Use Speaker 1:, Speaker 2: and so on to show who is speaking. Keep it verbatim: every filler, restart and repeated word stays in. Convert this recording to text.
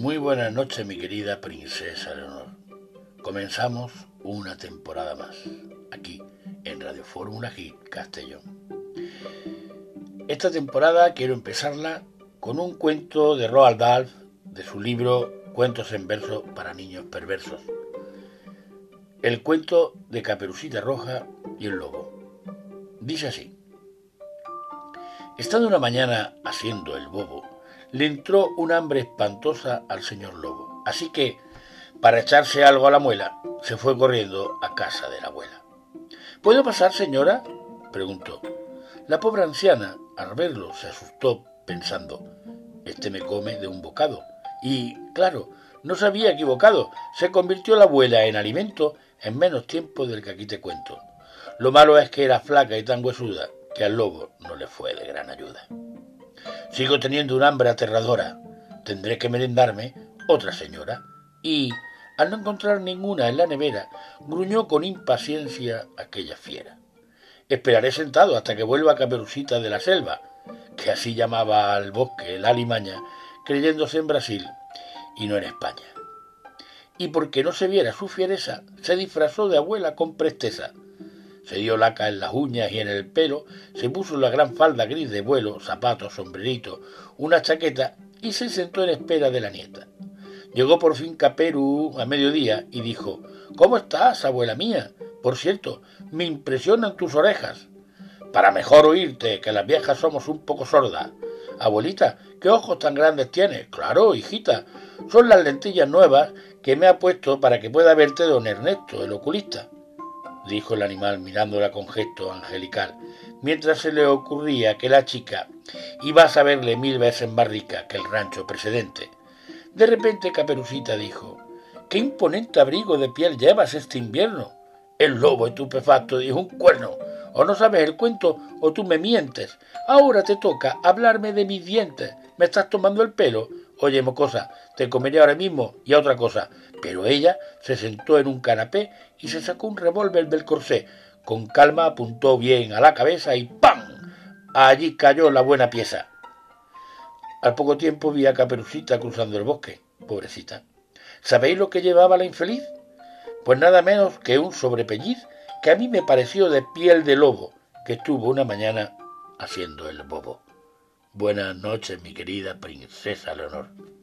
Speaker 1: Muy buenas noches, mi querida princesa Leonor. Comenzamos una temporada más, aquí en Radio Fórmula Hit Castellón. Esta temporada quiero empezarla con un cuento de Roald Dahl, de su libro Cuentos en verso para niños perversos. El cuento de Caperucita Roja y el lobo. Dice así: estando una mañana haciendo el bobo, le entró un hambre espantosa al señor lobo, así que, para echarse algo a la muela, se fue corriendo a casa de la abuela. ¿Puedo pasar, señora?, preguntó. La pobre anciana, al verlo, se asustó, pensando: este me come de un bocado. Y, claro, no se había equivocado, se convirtió la abuela en alimento en menos tiempo del que aquí te cuento. Lo malo es que era flaca y tan huesuda que al lobo no le fue de gran ayuda. Sigo teniendo un hambre aterradora. Tendré que merendarme otra señora. Y, al no encontrar ninguna en la nevera, gruñó con impaciencia aquella fiera. Esperaré sentado hasta que vuelva Caperucita de la selva, que así llamaba al bosque la alimaña, creyéndose en Brasil y no en España. Y porque no se viera su fiereza, se disfrazó de abuela con presteza. Se dio laca en las uñas y en el pelo, se puso la gran falda gris de vuelo, zapatos, sombrerito, una chaqueta y se sentó en espera de la nieta. Llegó por fin Caperu a mediodía y dijo: ¿Cómo estás, abuela mía? Por cierto, me impresionan tus orejas. Para mejor oírte, que las viejas somos un poco sordas. Abuelita, ¿qué ojos tan grandes tienes? Claro, hijita, son las lentillas nuevas que me ha puesto para que pueda verte don Ernesto, el oculista, dijo el animal mirándola con gesto angelical, mientras se le ocurría que la chica iba a saberle mil veces más rica que el rancho precedente. De repente Caperucita dijo: ¿Qué imponente abrigo de piel llevas este invierno? El lobo, estupefacto, dijo: un cuerno. O no sabes el cuento o tú me mientes. Ahora te toca hablarme de mis dientes. ¿Me estás tomando el pelo? Oye, mocosa, te comeré ahora mismo y a otra cosa. Pero ella se sentó en un canapé y se sacó un revólver del corsé. Con calma apuntó bien a la cabeza y ¡pam! Allí cayó la buena pieza. Al poco tiempo vi a Caperucita cruzando el bosque. Pobrecita. ¿Sabéis lo que llevaba la infeliz? Pues nada menos que un sobrepelliz que a mí me pareció de piel de lobo, que estuvo una mañana haciendo el bobo. Buenas noches, mi querida princesa Leonor.